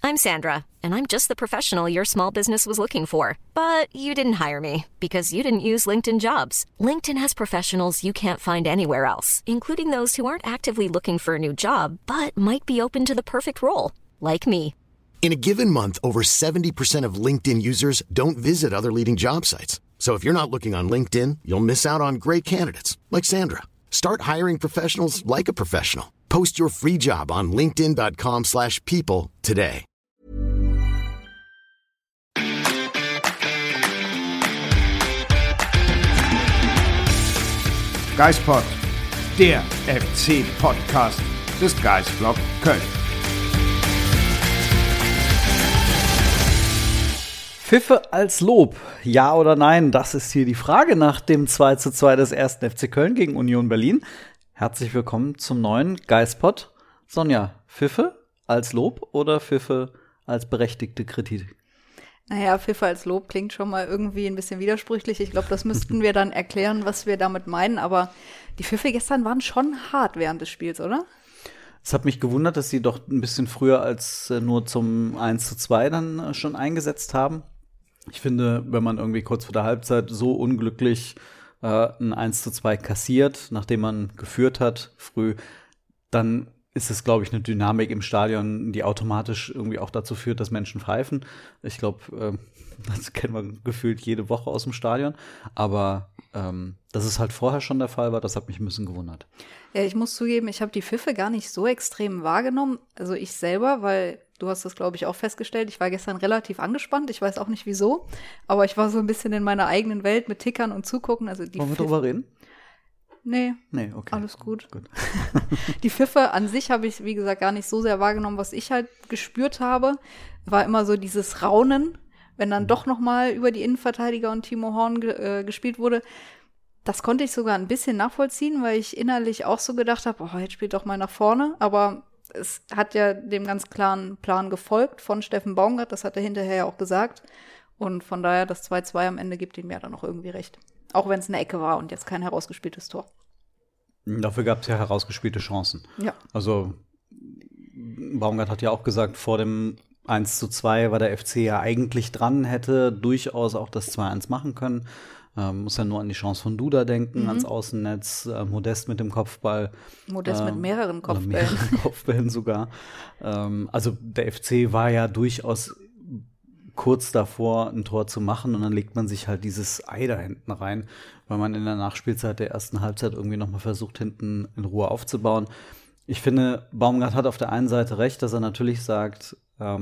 I'm Sandra, and I'm just the professional your small business was looking for. But you didn't hire me because you didn't use LinkedIn Jobs. LinkedIn has professionals you can't find anywhere else, including those who aren't actively looking for a new job, but might be open to the perfect role, like me. In a given month, over 70% of LinkedIn users don't visit other leading job sites. So if you're not looking on LinkedIn, you'll miss out on great candidates like Sandra. Start hiring professionals like a professional. Post your free job on linkedin.com/people today. Geispod, der FC-Podcast des Geistblog Köln. Pfiffe als Lob, ja oder nein? Das ist hier die Frage nach dem 2:2 des 1. FC Köln gegen Union Berlin. Herzlich willkommen zum neuen Geispod. Sonja, Pfiffe als Lob oder Pfiffe als berechtigte Kritik? Naja, Pfiffe als Lob klingt schon mal irgendwie ein bisschen widersprüchlich. Ich glaube, das müssten wir dann erklären, was wir damit meinen. Aber die Pfiffe gestern waren schon hart während des Spiels, oder? Es hat mich gewundert, dass sie doch ein bisschen früher als nur zum 1:2 dann schon eingesetzt haben. Ich finde, wenn man irgendwie kurz vor der Halbzeit so unglücklich ein 1:2 kassiert, nachdem man geführt hat früh, dann ist es, glaube ich, eine Dynamik im Stadion, die automatisch irgendwie auch dazu führt, dass Menschen pfeifen. Ich glaube, das kennen wir gefühlt jede Woche aus dem Stadion. Aber dass es halt vorher schon der Fall war, das hat mich ein bisschen gewundert. Ja, ich muss zugeben, ich habe die Pfiffe gar nicht so extrem wahrgenommen. Also ich selber, weil du hast das, glaube ich, auch festgestellt. Ich war gestern relativ angespannt. Ich weiß auch nicht wieso. Aber ich war so ein bisschen in meiner eigenen Welt mit Tickern und Zugucken. Also die Wollen wir drüber reden? Nee, okay. Alles gut. Die Pfiffe an sich habe ich, wie gesagt, gar nicht so sehr wahrgenommen. Was ich halt gespürt habe, war immer so dieses Raunen, wenn dann doch noch mal über die Innenverteidiger und Timo Horn gespielt wurde. Das konnte ich sogar ein bisschen nachvollziehen, weil ich innerlich auch so gedacht habe, jetzt spielt doch mal nach vorne. Aber es hat ja dem ganz klaren Plan gefolgt von Steffen Baumgart. Das hat er hinterher ja auch gesagt. Und von daher, das 2:2 am Ende gibt ihm ja dann noch irgendwie recht. Auch wenn es eine Ecke war und jetzt kein herausgespieltes Tor. Dafür gab es ja herausgespielte Chancen. Ja. Also Baumgart hat ja auch gesagt, vor dem 1:2 war der FC ja eigentlich dran, hätte durchaus auch das 2:1 machen können. Muss ja nur an die Chance von Duda denken, ans Außennetz, Modest mit dem Kopfball. Modest mit mehreren Kopfbällen. Mehreren Kopfbällen sogar. Also der FC war ja durchaus kurz davor, ein Tor zu machen, und dann legt man sich halt dieses Ei da hinten rein, weil man in der Nachspielzeit der ersten Halbzeit irgendwie nochmal versucht, hinten in Ruhe aufzubauen. Ich finde, Baumgart hat auf der einen Seite recht, dass er natürlich sagt,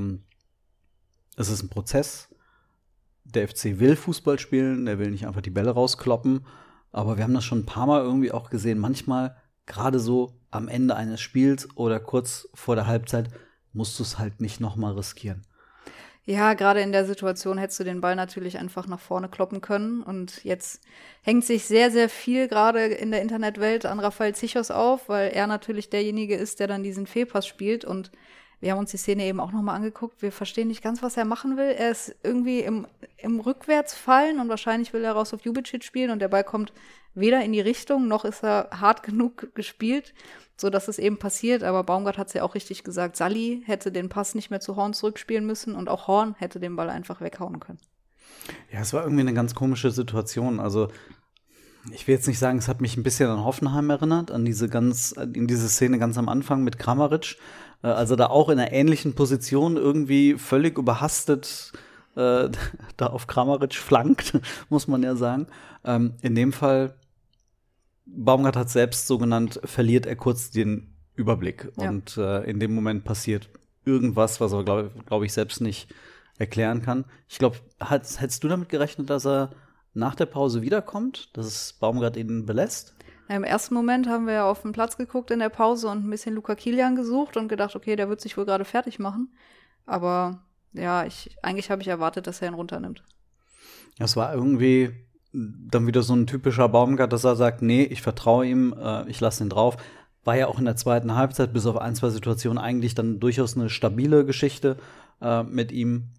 es ist ein Prozess. Der FC will Fußball spielen, der will nicht einfach die Bälle rauskloppen. Aber wir haben das schon ein paar Mal irgendwie auch gesehen. Manchmal, gerade so am Ende eines Spiels oder kurz vor der Halbzeit, musst du es halt nicht nochmal riskieren. Ja, gerade in der Situation hättest du den Ball natürlich einfach nach vorne kloppen können. Und jetzt hängt sich sehr, sehr viel gerade in der Internetwelt an Rafael Zichos auf, weil er natürlich derjenige ist, der dann diesen Fehlpass spielt. Und wir haben uns die Szene eben auch nochmal angeguckt. Wir verstehen nicht ganz, was er machen will. Er ist irgendwie im Rückwärtsfallen und wahrscheinlich will er raus auf Ljubicic spielen. Und der Ball kommt weder in die Richtung, noch ist er hart genug gespielt, so dass es eben passiert. Aber Baumgart hat es ja auch richtig gesagt. Salli hätte den Pass nicht mehr zu Horn zurückspielen müssen und auch Horn hätte den Ball einfach weghauen können. Ja, es war irgendwie eine ganz komische Situation. Also ich will jetzt nicht sagen, es hat mich ein bisschen an Hoffenheim erinnert, in diese Szene ganz am Anfang mit Kramaric. Also da auch in einer ähnlichen Position irgendwie völlig überhastet da auf Kramaric flankt, muss man ja sagen. In dem Fall, Baumgart hat es selbst so genannt, verliert er kurz den Überblick. Ja. Und in dem Moment passiert irgendwas, was er, glaube ich, selbst nicht erklären kann. Ich glaube, hättest du damit gerechnet, dass er nach der Pause wiederkommt, dass es Baumgart ihn belässt? Ja, im ersten Moment haben wir ja auf den Platz geguckt in der Pause und ein bisschen Luca Kilian gesucht und gedacht, okay, der wird sich wohl gerade fertig machen. Aber ja, eigentlich habe ich erwartet, dass er ihn runternimmt. Es war irgendwie dann wieder so ein typischer Baumgart, dass er sagt, nee, ich vertraue ihm, ich lasse ihn drauf. War ja auch in der zweiten Halbzeit bis auf ein, zwei Situationen eigentlich dann durchaus eine stabile Geschichte mit ihm.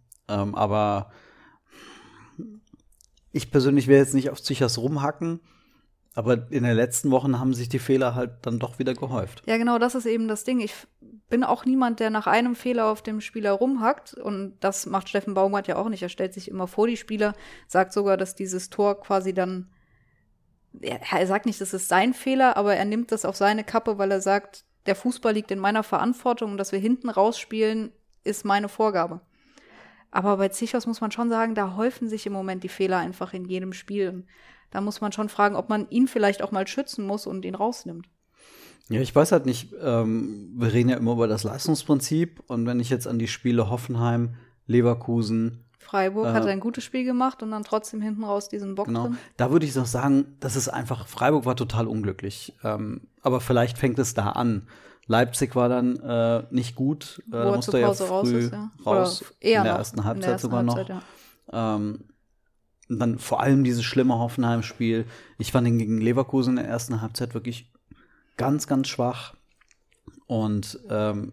Aber ich persönlich will jetzt nicht auf Zichos rumhacken. Aber in den letzten Wochen haben sich die Fehler halt dann doch wieder gehäuft. Ja, genau, das ist eben das Ding. Ich bin auch niemand, der nach einem Fehler auf dem Spieler rumhackt. Und das macht Steffen Baumgart ja auch nicht. Er stellt sich immer vor die Spieler, sagt sogar, dass dieses Tor quasi dann, er sagt nicht, das ist sein Fehler, aber er nimmt das auf seine Kappe, weil er sagt, der Fußball liegt in meiner Verantwortung und dass wir hinten rausspielen, ist meine Vorgabe. Aber bei Zichos muss man schon sagen, da häufen sich im Moment die Fehler einfach in jedem Spiel. Da muss man schon fragen, ob man ihn vielleicht auch mal schützen muss und ihn rausnimmt. Ja, ich weiß halt nicht, wir reden ja immer über das Leistungsprinzip und wenn ich jetzt an die Spiele Hoffenheim, Leverkusen, Freiburg hat ein gutes Spiel gemacht und dann trotzdem hinten raus diesen Bock drin. Da würde ich noch sagen, das ist einfach, Freiburg war total unglücklich. Aber vielleicht fängt es da an. Leipzig war dann nicht gut. Da musste er ja früh raus, eher in der ersten Halbzeit sogar noch. Ja. Und dann vor allem dieses schlimme Hoffenheim-Spiel. Ich fand ihn gegen Leverkusen in der ersten Halbzeit wirklich ganz, ganz schwach. Und dann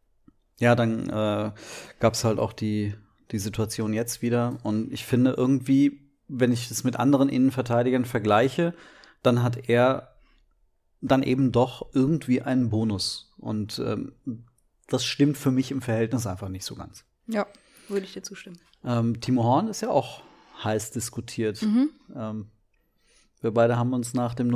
gab es halt auch die Situation jetzt wieder. Und ich finde irgendwie, wenn ich es mit anderen Innenverteidigern vergleiche, dann hat er dann eben doch irgendwie einen Bonus. Und das stimmt für mich im Verhältnis einfach nicht so ganz. Ja, würde ich dir zustimmen. Timo Horn ist ja auch heiß diskutiert. Wir beide haben uns nach dem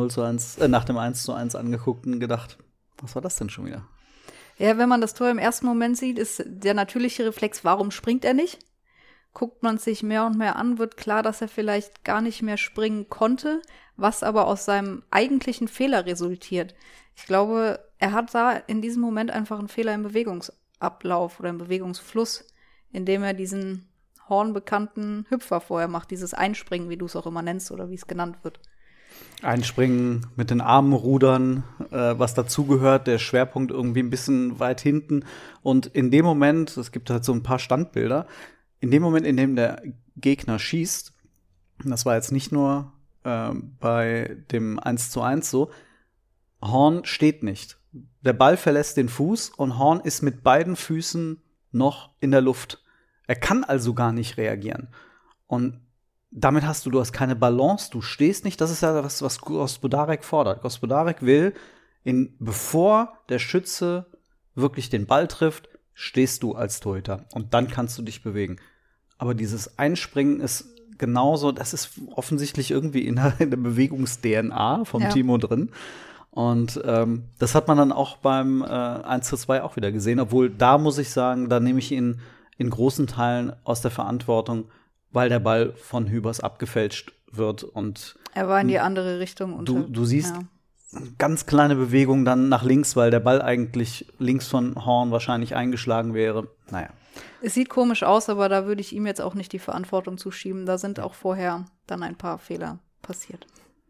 1:1 angeguckt und gedacht, was war das denn schon wieder? Ja, wenn man das Tor im ersten Moment sieht, ist der natürliche Reflex, warum springt er nicht? Guckt man sich mehr und mehr an, wird klar, dass er vielleicht gar nicht mehr springen konnte, was aber aus seinem eigentlichen Fehler resultiert. Ich glaube, er hat da in diesem Moment einfach einen Fehler im Bewegungsablauf oder im Bewegungsfluss, indem er diesen hornbekannten Hüpfer vorher macht, dieses Einspringen, wie du es auch immer nennst oder wie es genannt wird. Einspringen mit den Armen rudern, was dazugehört, der Schwerpunkt irgendwie ein bisschen weit hinten. Und in dem Moment, es gibt halt so ein paar Standbilder, in dem Moment, in dem der Gegner schießt, das war jetzt nicht nur bei dem 1:1 so, Horn steht nicht. Der Ball verlässt den Fuß und Horn ist mit beiden Füßen noch in der Luft. Er kann also gar nicht reagieren. Und damit du hast keine Balance, du stehst nicht. Das ist ja das, was Gospodarek fordert. Gospodarek will, bevor der Schütze wirklich den Ball trifft, stehst du als Torhüter. Und dann kannst du dich bewegen. Aber dieses Einspringen ist genauso, das ist offensichtlich irgendwie in der Bewegungs-DNA vom Timo drin. Und das hat man dann auch beim 1:2 auch wieder gesehen. Obwohl, da muss ich sagen, da nehme ich ihn in großen Teilen aus der Verantwortung, weil der Ball von Hübers abgefälscht wird. Und er war in die andere Richtung. Und du siehst ganz kleine Bewegungen dann nach links, weil der Ball eigentlich links von Horn wahrscheinlich eingeschlagen wäre. Naja. Es sieht komisch aus, aber da würde ich ihm jetzt auch nicht die Verantwortung zuschieben. Da sind auch vorher dann ein paar Fehler passiert.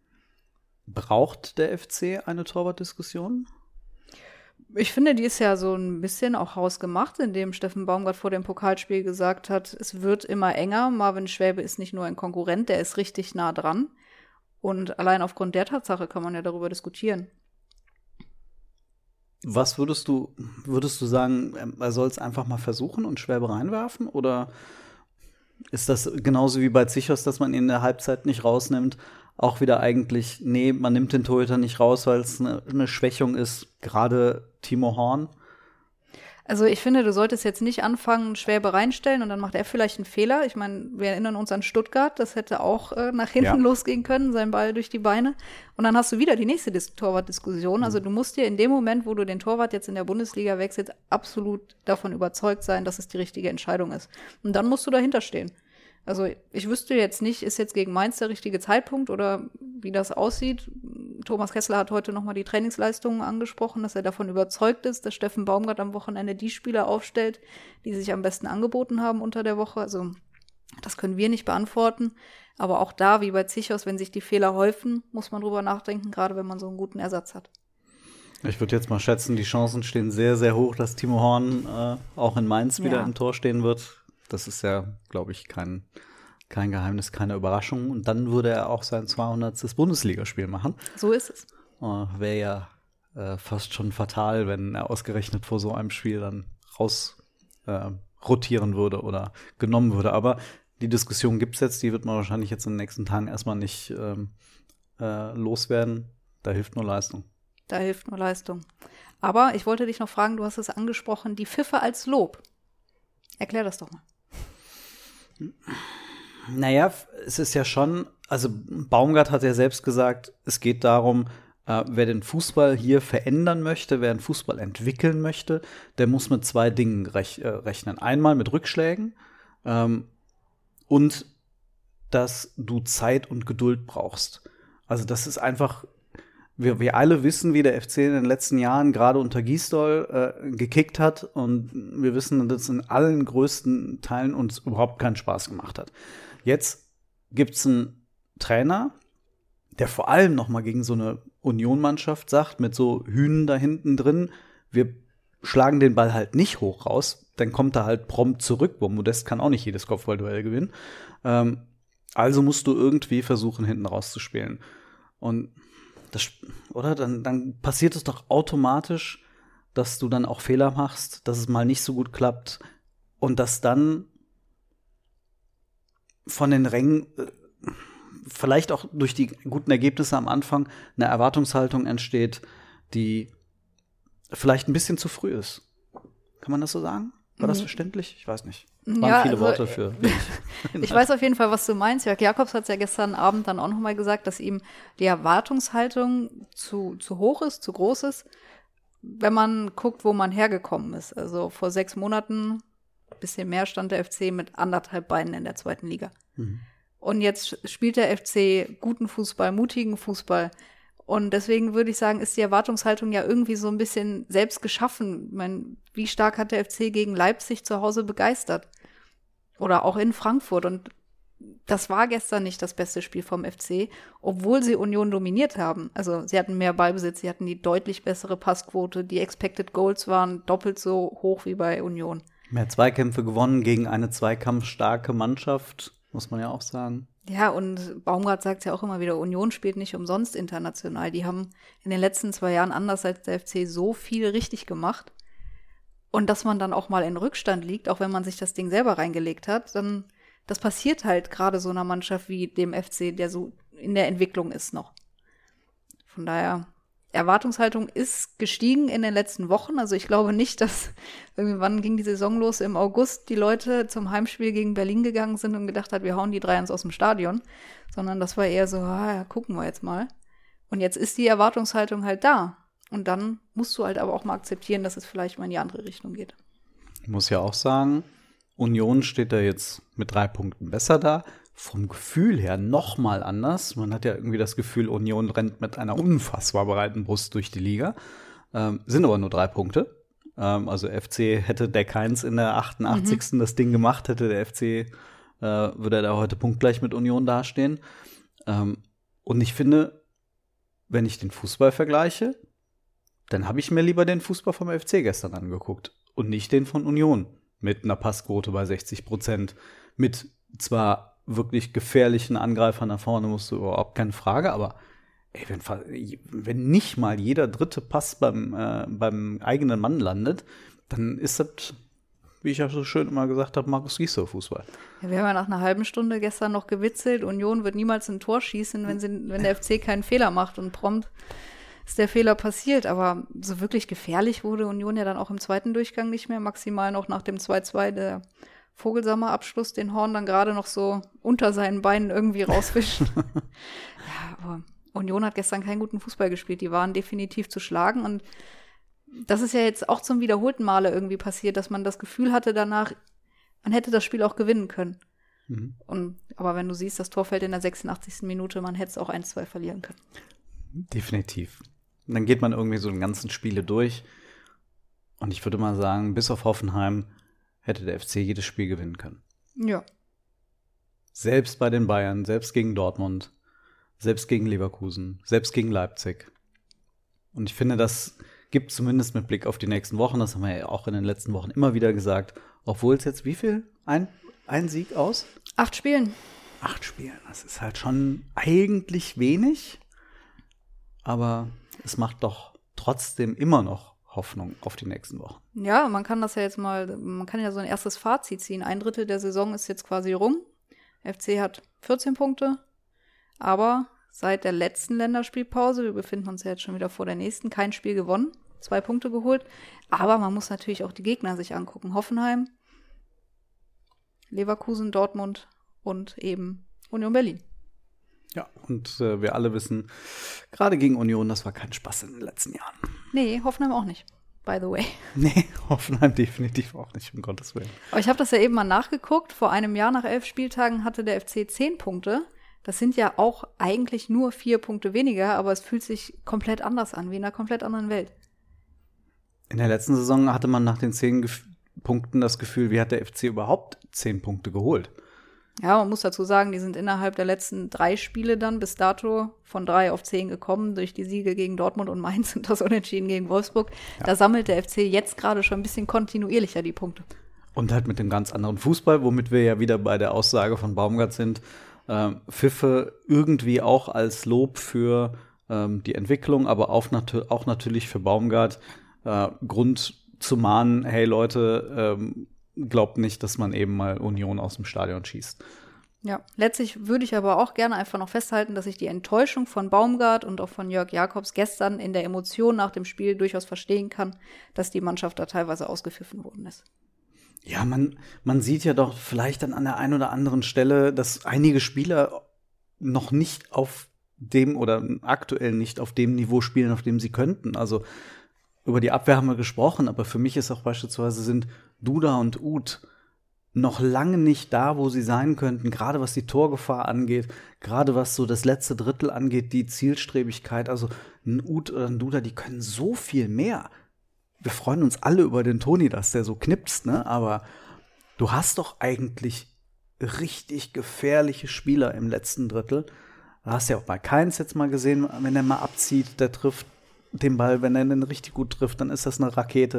Braucht der FC eine Torwartdiskussion? Ich finde, die ist ja so ein bisschen auch hausgemacht, indem Steffen Baumgart vor dem Pokalspiel gesagt hat, es wird immer enger. Marvin Schwäbe ist nicht nur ein Konkurrent, der ist richtig nah dran. Und allein aufgrund der Tatsache kann man ja darüber diskutieren. Was würdest du sagen, er soll es einfach mal versuchen und Schwäbe reinwerfen? Oder ist das genauso wie bei Zichos, dass man ihn in der Halbzeit nicht rausnimmt? Auch wieder eigentlich, nee, man nimmt den Torhüter nicht raus, weil es eine Schwächung ist, gerade Timo Horn. Also ich finde, du solltest jetzt nicht anfangen, Schwäbe reinstellen und dann macht er vielleicht einen Fehler. Ich meine, wir erinnern uns an Stuttgart, das hätte auch nach hinten losgehen können, sein Ball durch die Beine. Und dann hast du wieder die nächste Torwartdiskussion. Also du musst dir in dem Moment, wo du den Torwart jetzt in der Bundesliga wechselst, absolut davon überzeugt sein, dass es die richtige Entscheidung ist. Und dann musst du dahinter stehen. Also ich wüsste jetzt nicht, ist jetzt gegen Mainz der richtige Zeitpunkt oder wie das aussieht. Thomas Kessler hat heute nochmal die Trainingsleistungen angesprochen, dass er davon überzeugt ist, dass Steffen Baumgart am Wochenende die Spieler aufstellt, die sich am besten angeboten haben unter der Woche. Also das können wir nicht beantworten. Aber auch da, wie bei Zichos, wenn sich die Fehler häufen, muss man drüber nachdenken, gerade wenn man so einen guten Ersatz hat. Ich würde jetzt mal schätzen, die Chancen stehen sehr, sehr hoch, dass Timo Horn auch in Mainz wieder im Tor stehen wird. Das ist ja, glaube ich, kein Geheimnis, keine Überraschung. Und dann würde er auch sein 200. Bundesligaspiel machen. So ist es. Wäre ja fast schon fatal, wenn er ausgerechnet vor so einem Spiel dann rotieren würde oder genommen würde. Aber die Diskussion gibt es jetzt, die wird man wahrscheinlich jetzt in den nächsten Tagen erstmal nicht loswerden, da hilft nur Leistung. Da hilft nur Leistung. Aber ich wollte dich noch fragen, du hast es angesprochen, die Pfiffe als Lob. Erklär das doch mal. Naja, es ist ja schon, also Baumgart hat ja selbst gesagt, es geht darum, wer den Fußball hier verändern möchte, wer den Fußball entwickeln möchte, der muss mit 2 Dingen rechnen. Einmal mit Rückschlägen und dass du Zeit und Geduld brauchst. Also das ist einfach, wir alle wissen, wie der FC in den letzten Jahren gerade unter Gisdol gekickt hat und wir wissen, dass es in allen größten Teilen uns überhaupt keinen Spaß gemacht hat. Jetzt gibt's einen Trainer, der vor allem noch mal gegen so eine Union-Mannschaft sagt, mit so Hünen da hinten drin, wir schlagen den Ball halt nicht hoch raus, dann kommt er halt prompt zurück, wo Modest kann auch nicht jedes Kopfballduell gewinnen. Also musst du irgendwie versuchen, hinten rauszuspielen. Und das, oder? Dann passiert es doch automatisch, dass du dann auch Fehler machst, dass es mal nicht so gut klappt und dass dann von den Rängen vielleicht auch durch die guten Ergebnisse am Anfang eine Erwartungshaltung entsteht, die vielleicht ein bisschen zu früh ist. Kann man das so sagen? War das verständlich? Ich weiß nicht. Waren viele Worte für. Ich weiß auf jeden Fall, was du meinst. Jörg Jakobs hat es ja gestern Abend dann auch nochmal gesagt, dass ihm die Erwartungshaltung zu hoch ist, zu groß ist, wenn man guckt, wo man hergekommen ist. Also vor 6 Monaten, ein bisschen mehr, stand der FC mit 1,5 Beinen in der 2. Liga. Mhm. Und jetzt spielt der FC guten Fußball, mutigen Fußball. Und deswegen würde ich sagen, ist die Erwartungshaltung ja irgendwie so ein bisschen selbst geschaffen. Ich meine, wie stark hat der FC gegen Leipzig zu Hause begeistert? Oder auch in Frankfurt. Und das war gestern nicht das beste Spiel vom FC, obwohl sie Union dominiert haben. Also sie hatten mehr Ballbesitz, sie hatten die deutlich bessere Passquote. Die Expected Goals waren doppelt so hoch wie bei Union. Mehr Zweikämpfe gewonnen gegen eine zweikampfstarke Mannschaft, muss man ja auch sagen. Ja, und Baumgart sagt ja auch immer wieder, Union spielt nicht umsonst international. Die haben in den letzten 2 Jahren, anders als der FC, so viel richtig gemacht. Und dass man dann auch mal in Rückstand liegt, auch wenn man sich das Ding selber reingelegt hat, dann das passiert halt gerade so einer Mannschaft wie dem FC, der so in der Entwicklung ist noch. Von daher, Erwartungshaltung ist gestiegen in den letzten Wochen. Also ich glaube nicht, dass irgendwann ging die Saison los im August, die Leute zum Heimspiel gegen Berlin gegangen sind und gedacht hat, wir hauen die 3-1 aus dem Stadion. Sondern das war eher so, ja, gucken wir jetzt mal. Und jetzt ist die Erwartungshaltung halt da. Und dann musst du halt aber auch mal akzeptieren, dass es vielleicht mal in die andere Richtung geht. Ich muss ja auch sagen, Union steht da jetzt mit 3 Punkten besser da. Vom Gefühl her noch mal anders. Man hat ja irgendwie das Gefühl, Union rennt mit einer unfassbar breiten Brust durch die Liga. Sind aber nur 3 Punkte. Also FC hätte der Keins in der 88. Das Ding gemacht, hätte der FC, würde er da heute punktgleich mit Union dastehen. Und ich finde, wenn ich den Fußball vergleiche, dann habe ich mir lieber den Fußball vom FC gestern angeguckt und nicht den von Union. Mit einer Passquote bei 60%, mit zwar wirklich gefährlichen Angreifern nach vorne, musst du überhaupt keine Frage, aber ey, wenn nicht mal jeder dritte Pass beim eigenen Mann landet, dann ist das, wie ich ja so schön immer gesagt habe, Markus Gisdol Fußball. Ja, wir haben ja nach einer halben Stunde gestern noch gewitzelt, Union wird niemals ein Tor schießen, wenn der FC keinen Fehler macht und prompt ist der Fehler passiert, aber so wirklich gefährlich wurde Union ja dann auch im 2. Durchgang nicht mehr, maximal noch nach dem 2-2 der Vogelsammer Abschluss, den Horn dann gerade noch so unter seinen Beinen irgendwie rausfischen. Ja, aber Union hat gestern keinen guten Fußball gespielt. Die waren definitiv zu schlagen. Und das ist ja jetzt auch zum wiederholten Male irgendwie passiert, dass man das Gefühl hatte danach, man hätte das Spiel auch gewinnen können. Aber wenn du siehst, das Tor fällt in der 86. Minute, man hätte es auch 1-2 verlieren können. Definitiv. Und dann geht man irgendwie so den ganzen Spiele durch. Und ich würde mal sagen, bis auf Hoffenheim hätte der FC jedes Spiel gewinnen können. Ja. Selbst bei den Bayern, selbst gegen Dortmund, selbst gegen Leverkusen, selbst gegen Leipzig. Und ich finde, das gibt zumindest mit Blick auf die nächsten Wochen, das haben wir ja auch in den letzten Wochen immer wieder gesagt, obwohl es jetzt wie viel? Ein Sieg aus? 8 Spielen. 8 Spielen, das ist halt schon eigentlich wenig, aber es macht doch trotzdem immer noch Hoffnung auf die nächsten Wochen. Ja, man kann das ja jetzt mal, man kann ja so ein erstes Fazit ziehen. 1/3 der Saison ist jetzt quasi rum. FC hat 14 Punkte, aber seit der letzten Länderspielpause. Wir befinden uns ja jetzt schon wieder vor der nächsten. Kein Spiel gewonnen, 2 Punkte geholt. Aber man muss natürlich auch die Gegner sich angucken. Hoffenheim, Leverkusen, Dortmund und eben Union Berlin. Ja, und wir alle wissen, gerade gegen Union, das war kein Spaß in den letzten Jahren. Nee, Hoffenheim auch nicht, by the way. Nee, Hoffenheim definitiv auch nicht, um Gottes Willen. Aber ich habe das ja eben mal nachgeguckt. Vor einem Jahr nach 11 Spieltagen hatte der FC 10 Punkte. Das sind ja auch eigentlich nur 4 Punkte weniger, aber es fühlt sich komplett anders an, wie in einer komplett anderen Welt. In der letzten Saison hatte man nach den 10 Punkten das Gefühl, wie hat der FC überhaupt 10 Punkte geholt? Ja, man muss dazu sagen, die sind innerhalb der letzten 3 Spiele dann bis dato von 3 auf 10 gekommen, durch die Siege gegen Dortmund und Mainz und das Unentschieden gegen Wolfsburg. Ja. Da sammelt der FC jetzt gerade schon ein bisschen kontinuierlicher die Punkte. Und halt mit dem ganz anderen Fußball, womit wir ja wieder bei der Aussage von Baumgart sind, Pfiffe irgendwie auch als Lob für die Entwicklung, aber auch natürlich für Baumgart Grund zu mahnen, hey Leute, glaubt nicht, dass man eben mal Union aus dem Stadion schießt. Ja, letztlich würde ich aber auch gerne einfach noch festhalten, dass ich die Enttäuschung von Baumgart und auch von Jörg Jakobs gestern in der Emotion nach dem Spiel durchaus verstehen kann, dass die Mannschaft da teilweise ausgepfiffen worden ist. Ja, man sieht ja doch vielleicht dann an der einen oder anderen Stelle, dass einige Spieler noch nicht auf dem oder aktuell nicht auf dem Niveau spielen, auf dem sie könnten. Also über die Abwehr haben wir gesprochen, aber für mich ist auch beispielsweise sind Duda und Uth noch lange nicht da, wo sie sein könnten, gerade was die Torgefahr angeht, gerade was so das letzte Drittel angeht, die Zielstrebigkeit. Also ein Uth oder ein Duda, die können so viel mehr. Wir freuen uns alle über den Toni, dass der so knipst, ne? Aber du hast doch eigentlich richtig gefährliche Spieler im letzten Drittel. Du hast ja auch bei Keins jetzt mal gesehen, wenn er mal abzieht, der trifft den Ball, wenn er den richtig gut trifft, dann ist das eine Rakete.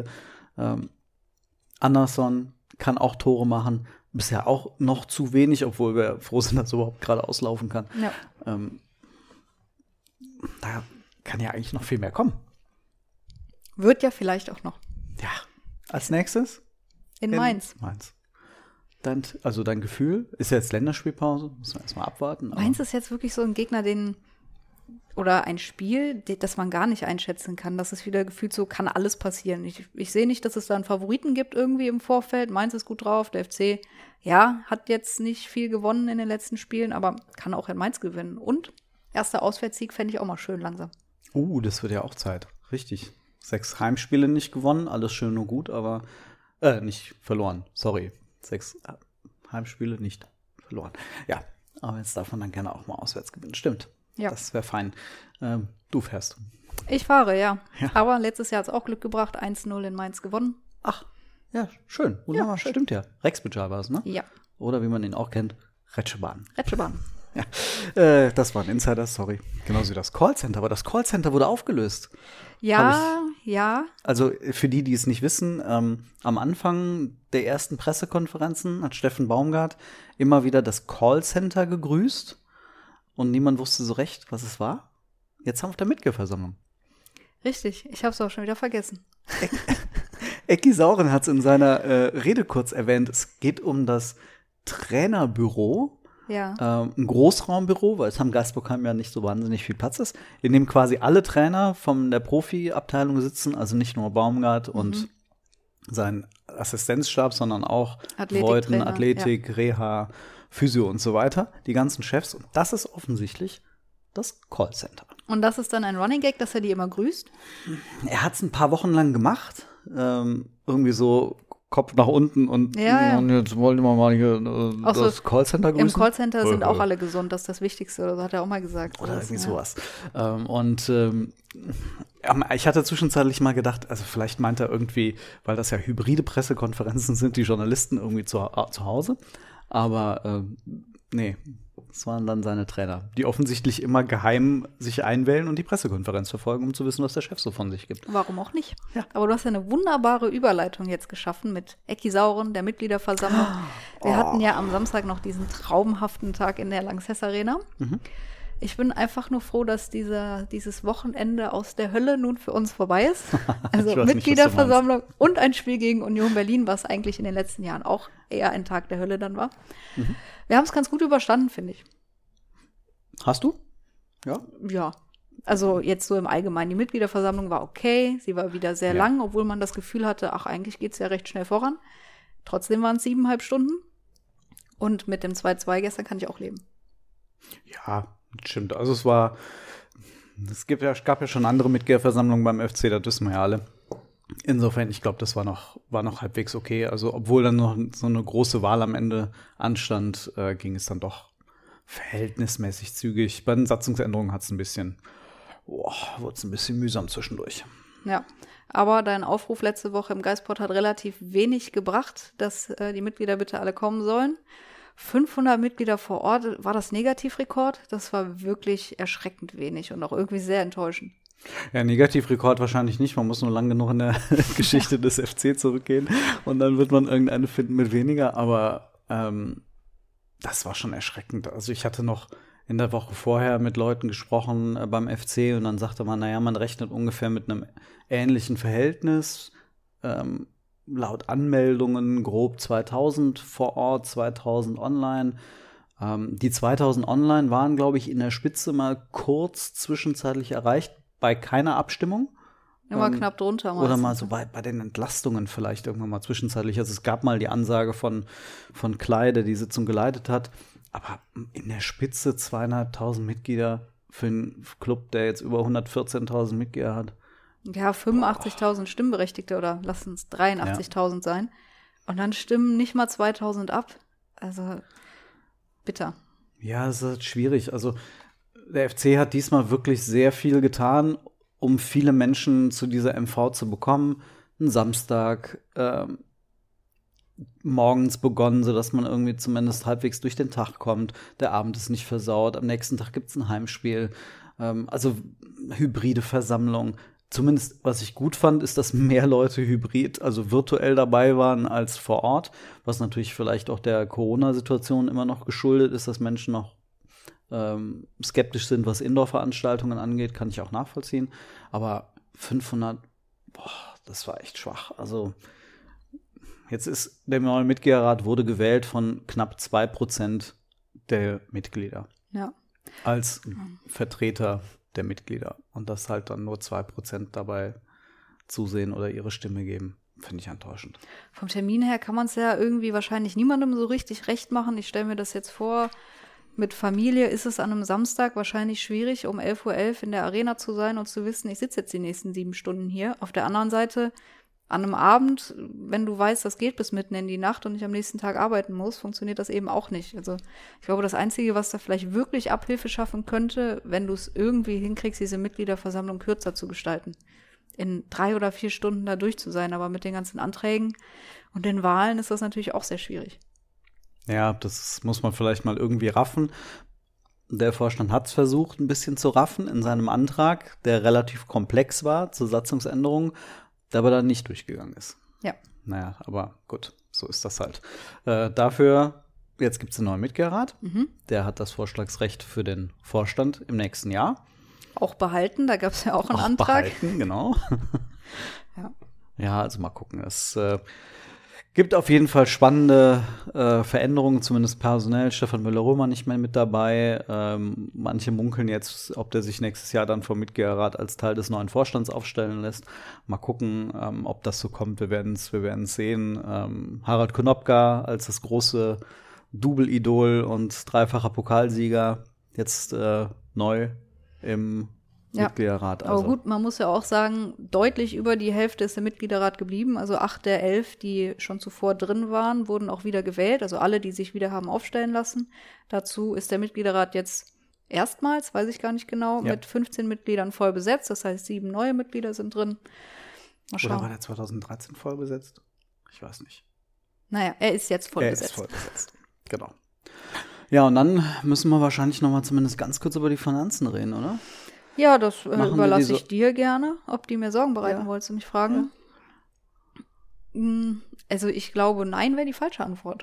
Anderson kann auch Tore machen. Bisher auch noch zu wenig, obwohl wir froh sind, dass er überhaupt gerade auslaufen kann. Ja. Da kann ja eigentlich noch viel mehr kommen. Wird ja vielleicht auch noch. Ja. Als nächstes? In Mainz. Also dein Gefühl? Ist jetzt Länderspielpause? Muss man erstmal abwarten. Mainz ist jetzt wirklich so ein Gegner, oder ein Spiel, das man gar nicht einschätzen kann. Das ist wieder gefühlt so, kann alles passieren. Ich sehe nicht, dass es da einen Favoriten gibt irgendwie im Vorfeld. Mainz ist gut drauf, der FC, ja, hat jetzt nicht viel gewonnen in den letzten Spielen, aber kann auch in Mainz gewinnen. Und erster Auswärtssieg fände ich auch mal schön langsam. Das wird ja auch Zeit. Richtig. 6 Heimspiele nicht gewonnen, alles schön und gut, aber nicht verloren. Sorry. 6 Heimspiele nicht verloren. Ja, aber jetzt darf man dann gerne auch mal auswärts gewinnen. Stimmt. Ja. Das wäre fein. Du fährst. Ich fahre, ja. Aber letztes Jahr hat es auch Glück gebracht. 1-0 in Mainz gewonnen. Ach, ja, schön. Wunderbar. Ja, schön. Stimmt ja. Rex Bitschal war es, ne? Ja. Oder wie man ihn auch kennt, Retschebahn. Ja. Das war ein Insider, sorry. Genauso wie das Callcenter. Aber das Callcenter wurde aufgelöst. Ja. Also für die es nicht wissen, am Anfang der ersten Pressekonferenzen hat Steffen Baumgart immer wieder das Callcenter gegrüßt. Und niemand wusste so recht, was es war. Jetzt haben wir auf der Mitgliederversammlung. Richtig, ich habe es auch schon wieder vergessen. Ecki Sauren hat es in seiner Rede kurz erwähnt. Es geht um das Trainerbüro. Ja. Ein Großraumbüro, weil es am Geisbockheim ja nicht so wahnsinnig viel Platz ist, in dem quasi alle Trainer von der Profi-Abteilung sitzen, also nicht nur Baumgart und sein Assistenzstab, sondern auch Voiten, Athletik, Reha, Physio und so weiter, die ganzen Chefs. Und das ist offensichtlich das Callcenter. Und das ist dann ein Running Gag, dass er die immer grüßt? Er hat es ein paar Wochen lang gemacht. Irgendwie so Kopf nach unten und jetzt wollen wir mal hier das Callcenter grüßen. Im Callcenter sind auch alle gesund, das ist das Wichtigste, das hat er auch mal gesagt. Oder irgendwie sowas. Ich hatte zwischenzeitlich mal gedacht, also vielleicht meint er irgendwie, weil das ja hybride Pressekonferenzen sind, die Journalisten irgendwie zu Hause. Aber nee, das waren dann seine Trainer, die offensichtlich immer geheim sich einwählen und die Pressekonferenz verfolgen, um zu wissen, was der Chef so von sich gibt. Warum auch nicht? Ja. Aber du hast ja eine wunderbare Überleitung jetzt geschaffen mit Ecki Sauren, der Mitgliederversammlung. Wir hatten ja am Samstag noch diesen traumhaften Tag in der Lanxess Arena. Ich bin einfach nur froh, dass dieses Wochenende aus der Hölle nun für uns vorbei ist. Also Mitgliederversammlung und ein Spiel gegen Union Berlin, was eigentlich in den letzten Jahren auch eher ein Tag der Hölle dann war. Wir haben es ganz gut überstanden, finde ich. Hast du? Ja? Ja. Also jetzt so im Allgemeinen, die Mitgliederversammlung war okay. Sie war wieder sehr lang, obwohl man das Gefühl hatte, ach, eigentlich geht's ja recht schnell voran. Trotzdem waren es 7,5 Stunden. Und mit dem 2-2 gestern kann ich auch leben. Ja, stimmt. Also gab ja schon andere Mitgliederversammlungen beim FC, das wissen wir ja alle. Insofern, ich glaube, das war noch halbwegs okay. Also obwohl dann noch so eine große Wahl am Ende anstand, ging es dann doch verhältnismäßig zügig. Bei den Satzungsänderungen wurde es ein bisschen mühsam zwischendurch. Ja, aber dein Aufruf letzte Woche im Geistpod hat relativ wenig gebracht, dass die Mitglieder bitte alle kommen sollen. 500 Mitglieder vor Ort, war das Negativrekord? Das war wirklich erschreckend wenig und auch irgendwie sehr enttäuschend. Ja, Negativrekord wahrscheinlich nicht. Man muss nur lang genug in der Geschichte des FC zurückgehen und dann wird man irgendeine finden mit weniger. Aber das war schon erschreckend. Also ich hatte noch in der Woche vorher mit Leuten gesprochen beim FC und dann sagte man, naja, man rechnet ungefähr mit einem ähnlichen Verhältnis. Laut Anmeldungen grob 2000 vor Ort, 2000 online. Die 2000 online waren, glaube ich, in der Spitze mal kurz zwischenzeitlich erreicht, bei keiner Abstimmung. Immer knapp drunter. Oder mal so bei den Entlastungen vielleicht irgendwann mal zwischenzeitlich. Also es gab mal die Ansage von Klei, der die Sitzung geleitet hat. Aber in der Spitze 2.500 Mitglieder für einen Club, der jetzt über 114.000 Mitglieder hat. Ja, 85.000 Stimmberechtigte oder lass es 83.000 sein. Und dann stimmen nicht mal 2.000 ab. Also bitter. Ja, es ist schwierig. Also der FC hat diesmal wirklich sehr viel getan, um viele Menschen zu dieser MV zu bekommen. Ein Samstag morgens begonnen, sodass man irgendwie zumindest halbwegs durch den Tag kommt. Der Abend ist nicht versaut. Am nächsten Tag gibt es ein Heimspiel. Also hybride Versammlung. Zumindest, was ich gut fand, ist, dass mehr Leute hybrid, also virtuell dabei waren als vor Ort, was natürlich vielleicht auch der Corona-Situation immer noch geschuldet ist, dass Menschen noch skeptisch sind, was Indoor-Veranstaltungen angeht, kann ich auch nachvollziehen. Aber 500, das war echt schwach. Also jetzt ist der neue Mitgliederrat wurde gewählt von knapp 2% der Mitglieder. Ja. Als Vertreter der Mitglieder. Und dass halt dann nur 2% dabei zusehen oder ihre Stimme geben, finde ich enttäuschend. Vom Termin her kann man es ja irgendwie wahrscheinlich niemandem so richtig recht machen. Ich stelle mir das jetzt vor, mit Familie ist es an einem Samstag wahrscheinlich schwierig, um 11:11 Uhr in der Arena zu sein und zu wissen, ich sitze jetzt die nächsten 7 Stunden hier. Auf der anderen Seite, an einem Abend, wenn du weißt, das geht bis mitten in die Nacht und ich am nächsten Tag arbeiten muss, funktioniert das eben auch nicht. Also ich glaube, das Einzige, was da vielleicht wirklich Abhilfe schaffen könnte, wenn du es irgendwie hinkriegst, diese Mitgliederversammlung kürzer zu gestalten. In 3 oder 4 Stunden da durch zu sein, aber mit den ganzen Anträgen und den Wahlen ist das natürlich auch sehr schwierig. Ja, das muss man vielleicht mal irgendwie raffen. Der Vorstand hat es versucht, ein bisschen zu raffen in seinem Antrag, der relativ komplex war zur Satzungsänderung, der aber dann nicht durchgegangen ist. Ja. Naja, aber gut, so ist das halt. Dafür, jetzt gibt es einen neuen Mitgliederrat, der hat das Vorschlagsrecht für den Vorstand im nächsten Jahr. Auch behalten, da gab es ja auch einen Antrag. Behalten, genau. Ja. Ja, also mal gucken. Es gibt auf jeden Fall spannende Veränderungen, zumindest personell. Stefan Müller-Römer nicht mehr mit dabei. Manche munkeln jetzt, ob der sich nächstes Jahr dann vom Mitgliederrat als Teil des neuen Vorstands aufstellen lässt. Mal gucken, ob das so kommt. Wir werden es sehen. Harald Konopka als das große Double-Idol und dreifacher Pokalsieger jetzt neu im Mitgliederrat. Also. Aber gut, man muss ja auch sagen, deutlich über die Hälfte ist der Mitgliederrat geblieben. Also 8 der 11, die schon zuvor drin waren, wurden auch wieder gewählt. Also alle, die sich wieder haben aufstellen lassen. Dazu ist der Mitgliederrat jetzt erstmals, weiß ich gar nicht genau, mit 15 Mitgliedern voll besetzt. Das heißt, 7 neue Mitglieder sind drin. Mal schauen. Oder war der 2013 voll besetzt? Ich weiß nicht. Naja, er ist jetzt voll besetzt. Er ist voll besetzt, genau. Ja, und dann müssen wir wahrscheinlich noch mal zumindest ganz kurz über die Finanzen reden, oder? Ja, das überlasse ich dir gerne, ob die mir Sorgen bereiten wolltest du mich fragen. Ja. Also ich glaube, nein wäre die falsche Antwort.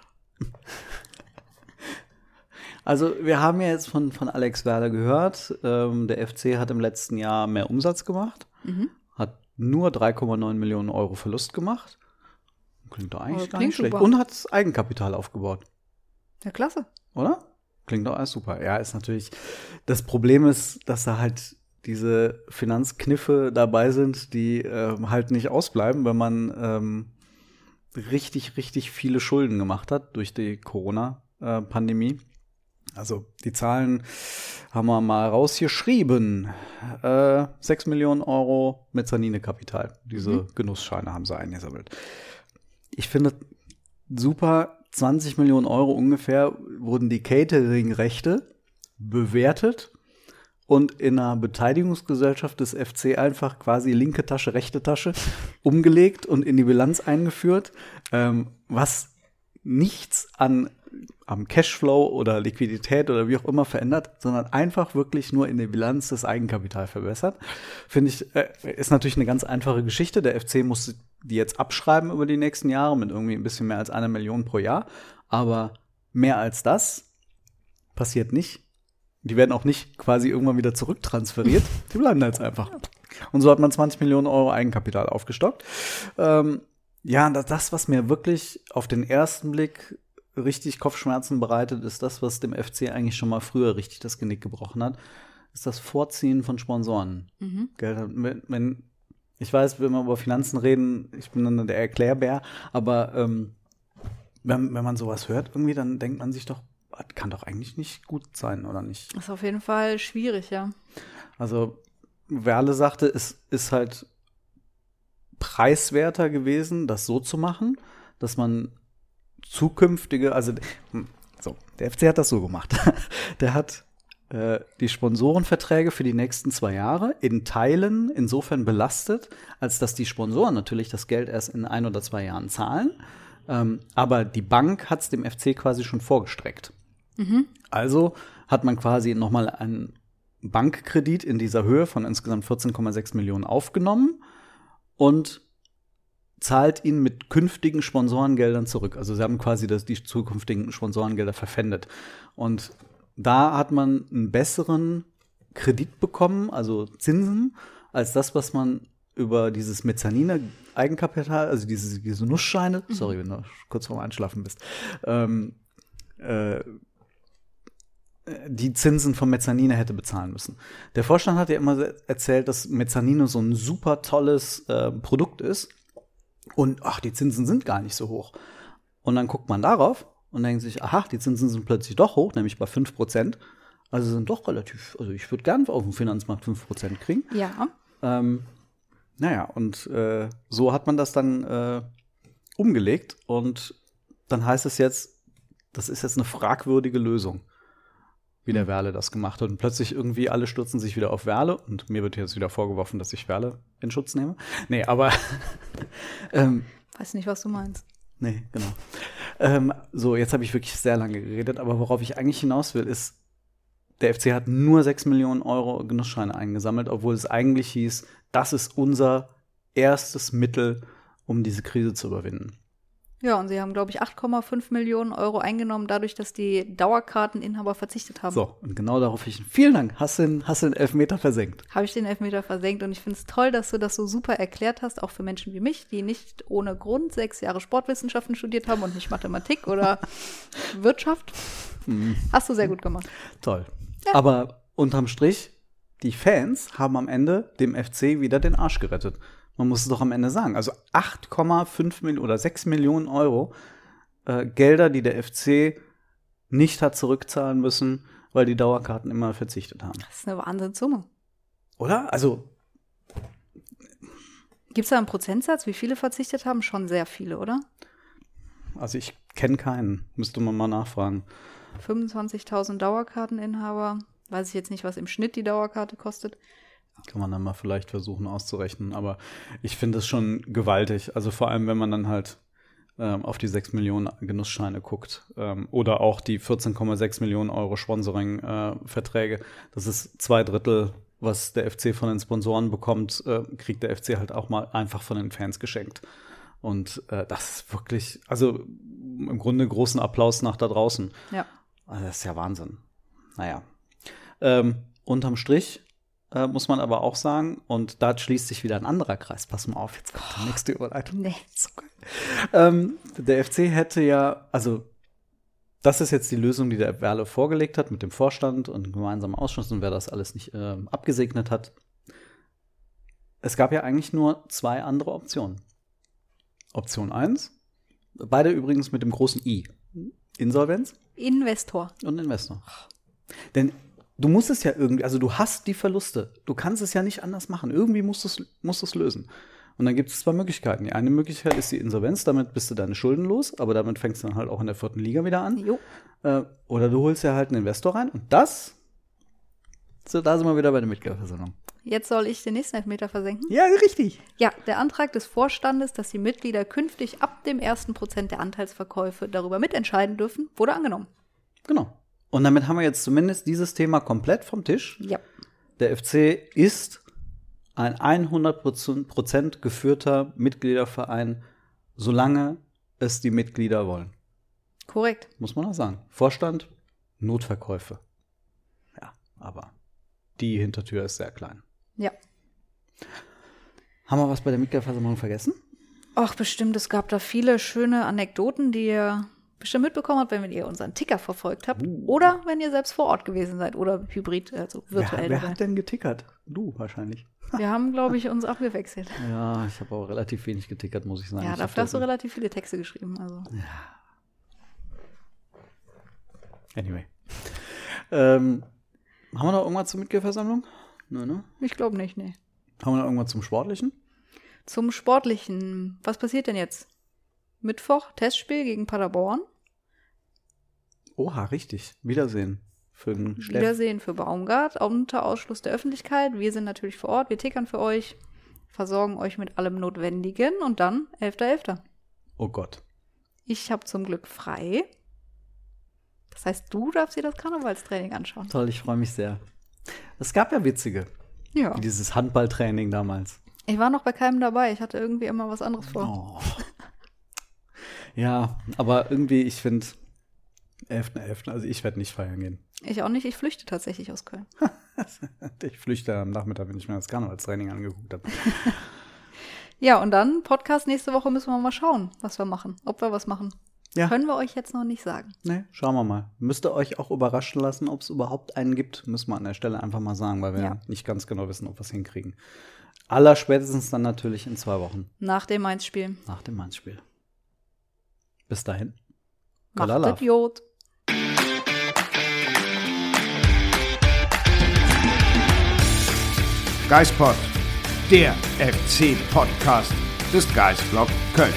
Also wir haben ja jetzt von Alex Werder gehört, der FC hat im letzten Jahr mehr Umsatz gemacht, hat nur 3,9 Millionen Euro Verlust gemacht. Klingt doch eigentlich gar nicht schlecht. Super. Und hat Eigenkapital aufgebaut. Ja, klasse. Oder? Klingt doch alles super. Ja, ist natürlich, das Problem ist, dass da halt diese Finanzkniffe dabei sind, die halt nicht ausbleiben, wenn man richtig, richtig viele Schulden gemacht hat durch die Corona-Pandemie. Also die Zahlen haben wir mal rausgeschrieben. 6 Millionen Euro Mezzanine-Kapital. Diese Genussscheine haben sie eingesammelt. Ich finde super, 20 Millionen Euro ungefähr wurden die Catering-Rechte bewertet und in einer Beteiligungsgesellschaft des FC einfach quasi linke Tasche, rechte Tasche umgelegt und in die Bilanz eingeführt, was nichts am Cashflow oder Liquidität oder wie auch immer verändert, sondern einfach wirklich nur in der Bilanz das Eigenkapital verbessert. Finde ich, ist natürlich eine ganz einfache Geschichte. Der FC muss die jetzt abschreiben über die nächsten Jahre mit irgendwie ein bisschen mehr als 1 Million pro Jahr. Aber mehr als das passiert nicht. Die werden auch nicht quasi irgendwann wieder zurücktransferiert. Die bleiben da jetzt einfach. Und so hat man 20 Millionen Euro Eigenkapital aufgestockt. Ja, das, was mir wirklich auf den ersten Blick richtig Kopfschmerzen bereitet, ist das, was dem FC eigentlich schon mal früher richtig das Genick gebrochen hat, ist das Vorziehen von Sponsoren. Ich weiß, wenn wir über Finanzen reden, ich bin dann der Erklärbär, aber wenn man sowas hört, irgendwie, dann denkt man sich doch, das kann doch eigentlich nicht gut sein, oder nicht? Das ist auf jeden Fall schwierig, ja. Also, Werle sagte, es ist halt preiswerter gewesen, das so zu machen, dass man zukünftige, der FC hat das so gemacht. Der hat die Sponsorenverträge für die nächsten 2 Jahre in Teilen insofern belastet, als dass die Sponsoren natürlich das Geld erst in 1 oder 2 Jahren zahlen. Aber die Bank hat es dem FC quasi schon vorgestreckt. Also hat man quasi nochmal einen Bankkredit in dieser Höhe von insgesamt 14,6 Millionen aufgenommen und zahlt ihn mit künftigen Sponsorengeldern zurück. Also sie haben quasi die zukünftigen Sponsorengelder verpfändet. Und da hat man einen besseren Kredit bekommen, also Zinsen, als das, was man über dieses Mezzanine-Eigenkapital, also diese Nussscheine, sorry, wenn du kurz vorm Einschlafen bist, die Zinsen von Mezzanine hätte bezahlen müssen. Der Vorstand hat ja immer erzählt, dass Mezzanine so ein super tolles Produkt ist und die Zinsen sind gar nicht so hoch. Und dann guckt man darauf und denkt sich, aha, die Zinsen sind plötzlich doch hoch, nämlich bei 5%. Also sind doch relativ, also ich würde gerne auf dem Finanzmarkt 5% kriegen. Ja. So hat man das dann umgelegt und dann heißt es jetzt, das ist jetzt eine fragwürdige Lösung, wie der Werle das gemacht hat. Und plötzlich irgendwie alle stürzen sich wieder auf Werle und mir wird jetzt wieder vorgeworfen, dass ich Werle in Schutz nehme. Nee, aber weiß nicht, was du meinst. Nee, genau. Jetzt habe ich wirklich sehr lange geredet, aber worauf ich eigentlich hinaus will, ist, der FC hat nur 6 Millionen Euro Genussscheine eingesammelt, obwohl es eigentlich hieß, das ist unser erstes Mittel, um diese Krise zu überwinden. Ja, und sie haben, glaube ich, 8,5 Millionen Euro eingenommen, dadurch, dass die Dauerkarteninhaber verzichtet haben. So, und genau darauf vielen Dank. Hast du den Elfmeter versenkt? Habe ich den Elfmeter versenkt und ich finde es toll, dass du das so super erklärt hast, auch für Menschen wie mich, die nicht ohne Grund 6 Jahre Sportwissenschaften studiert haben und nicht Mathematik oder Wirtschaft. Hast du sehr gut gemacht. Toll. Ja. Aber unterm Strich, die Fans haben am Ende dem FC wieder den Arsch gerettet. Man muss es doch am Ende sagen. Also 8,5 Millionen oder 6 Millionen Euro Gelder, die der FC nicht hat zurückzahlen müssen, weil die Dauerkarten immer verzichtet haben. Das ist eine Wahnsinnssumme. Oder? Also gibt es da einen Prozentsatz, wie viele verzichtet haben? Schon sehr viele, oder? Also ich kenne keinen. Müsste man mal nachfragen. 25.000 Dauerkarteninhaber. Weiß ich jetzt nicht, was im Schnitt die Dauerkarte kostet. Kann man dann mal vielleicht versuchen auszurechnen. Aber ich finde es schon gewaltig. Also vor allem, wenn man dann halt auf die 6 Millionen Genussscheine guckt. Oder auch die 14,6 Millionen Euro Sponsoring-Verträge. Das ist 2/3, was der FC von den Sponsoren bekommt, kriegt der FC halt auch mal einfach von den Fans geschenkt. Und das ist wirklich, also im Grunde großen Applaus nach da draußen. Ja. Also das ist ja Wahnsinn. Naja. Unterm Strich muss man aber auch sagen, und da schließt sich wieder ein anderer Kreis. Pass mal auf, jetzt kommt die nächste Überleitung. Nee. So geil. Der FC hätte ja, also Das ist jetzt die Lösung, die der Werle vorgelegt hat mit dem Vorstand und gemeinsamen Ausschuss und wer das alles nicht abgesegnet hat. Es gab ja eigentlich nur 2 andere Optionen. Option 1, beide übrigens mit dem großen I. Insolvenz. Investor. Und Investor. Denn du musst es ja irgendwie, also du hast die Verluste. Du kannst es ja nicht anders machen. Irgendwie musst du es lösen. Und dann gibt es 2 Möglichkeiten. Die eine Möglichkeit ist die Insolvenz, damit bist du deine Schulden los, aber damit fängst du dann halt auch in der 4. Liga wieder an. Jo. Oder du holst ja halt einen Investor rein und da sind wir wieder bei der Mitgliederversammlung. Jetzt soll ich den nächsten Elfmeter versenken? Ja, richtig. Ja, der Antrag des Vorstandes, dass die Mitglieder künftig ab dem 1% der Anteilsverkäufe darüber mitentscheiden dürfen, wurde angenommen. Genau. Und damit haben wir jetzt zumindest dieses Thema komplett vom Tisch. Ja. Der FC ist ein 100% geführter Mitgliederverein, solange es die Mitglieder wollen. Korrekt. Muss man auch sagen. Vorstand, Notverkäufe. Ja, aber die Hintertür ist sehr klein. Ja. Haben wir was bei der Mitgliederversammlung vergessen? Ach, bestimmt. Es gab da viele schöne Anekdoten, die ihr bestimmt mitbekommen habt, wenn ihr unseren Ticker verfolgt habt. Oder wenn ihr selbst vor Ort gewesen seid oder hybrid, also virtuell. Wer hat denn getickert? Du wahrscheinlich. Wir haben, glaube ich, uns abgewechselt. Ja, ich habe auch relativ wenig getickert, muss ich sagen. Ja, dafür hast du relativ viele Texte geschrieben. Also. Ja. Anyway. Haben wir noch irgendwas zur Mitgliederversammlung? Nein, ne? Ich glaube nicht, nee. Haben wir noch irgendwas zum Sportlichen? Zum Sportlichen. Was passiert denn jetzt? Mittwoch, Testspiel gegen Paderborn. Oha, richtig. Wiedersehen. Für den Steff. Wiedersehen für Baumgart, unter Ausschluss der Öffentlichkeit. Wir sind natürlich vor Ort, wir tickern für euch, versorgen euch mit allem Notwendigen und dann 11.11. Oh Gott. Ich habe zum Glück frei. Das heißt, du darfst dir das Karnevalstraining anschauen. Toll, ich freue mich sehr. Es gab ja witzige. Ja. Wie dieses Handballtraining damals. Ich war noch bei keinem dabei. Ich hatte irgendwie immer was anderes vor. Oh. Ja, aber irgendwie, ich finde 11.11., also ich werde nicht feiern gehen. Ich auch nicht. Ich flüchte tatsächlich aus Köln. Ich flüchte am Nachmittag, wenn ich mir das Karnevalstraining angeguckt habe. Ja, und dann Podcast nächste Woche müssen wir mal schauen, was wir machen. Ob wir was machen. Ja. Können wir euch jetzt noch nicht sagen. Ne, schauen wir mal. Müsst ihr euch auch überraschen lassen, ob es überhaupt einen gibt, müssen wir an der Stelle einfach mal sagen, weil wir nicht ganz genau wissen, ob wir es hinkriegen. Allerspätestens dann natürlich in 2 Wochen. Nach dem Mainz-Spiel. Nach dem Mainz-Spiel. Bis dahin. Macht Idiot. Geispod, der FC-Podcast des Geistblog Köln.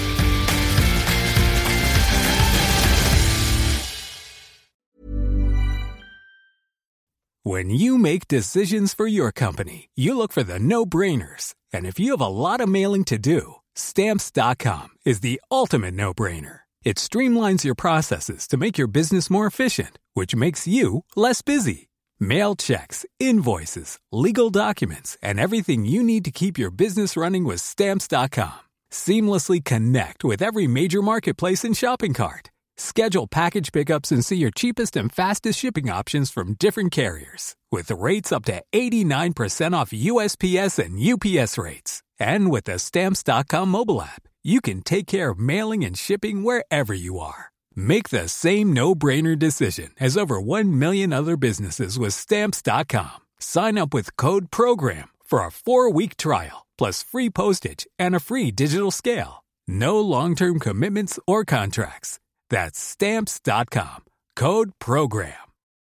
When you make decisions for your company, you look for the no-brainers. And if you have a lot of mailing to do, Stamps.com is the ultimate no-brainer. It streamlines your processes to make your business more efficient, which makes you less busy. Mail checks, invoices, legal documents, and everything you need to keep your business running with Stamps.com. Seamlessly connect with every major marketplace and shopping cart. Schedule package pickups and see your cheapest and fastest shipping options from different carriers. With rates up to 89% off USPS and UPS rates. And with the Stamps.com mobile app, you can take care of mailing and shipping wherever you are. Make the same no-brainer decision as over 1 million other businesses with Stamps.com. Sign up with code PROGRAM for a 4-week trial, plus free postage and a free digital scale. No long-term commitments or contracts. That's Stamps.com. Code PROGRAM.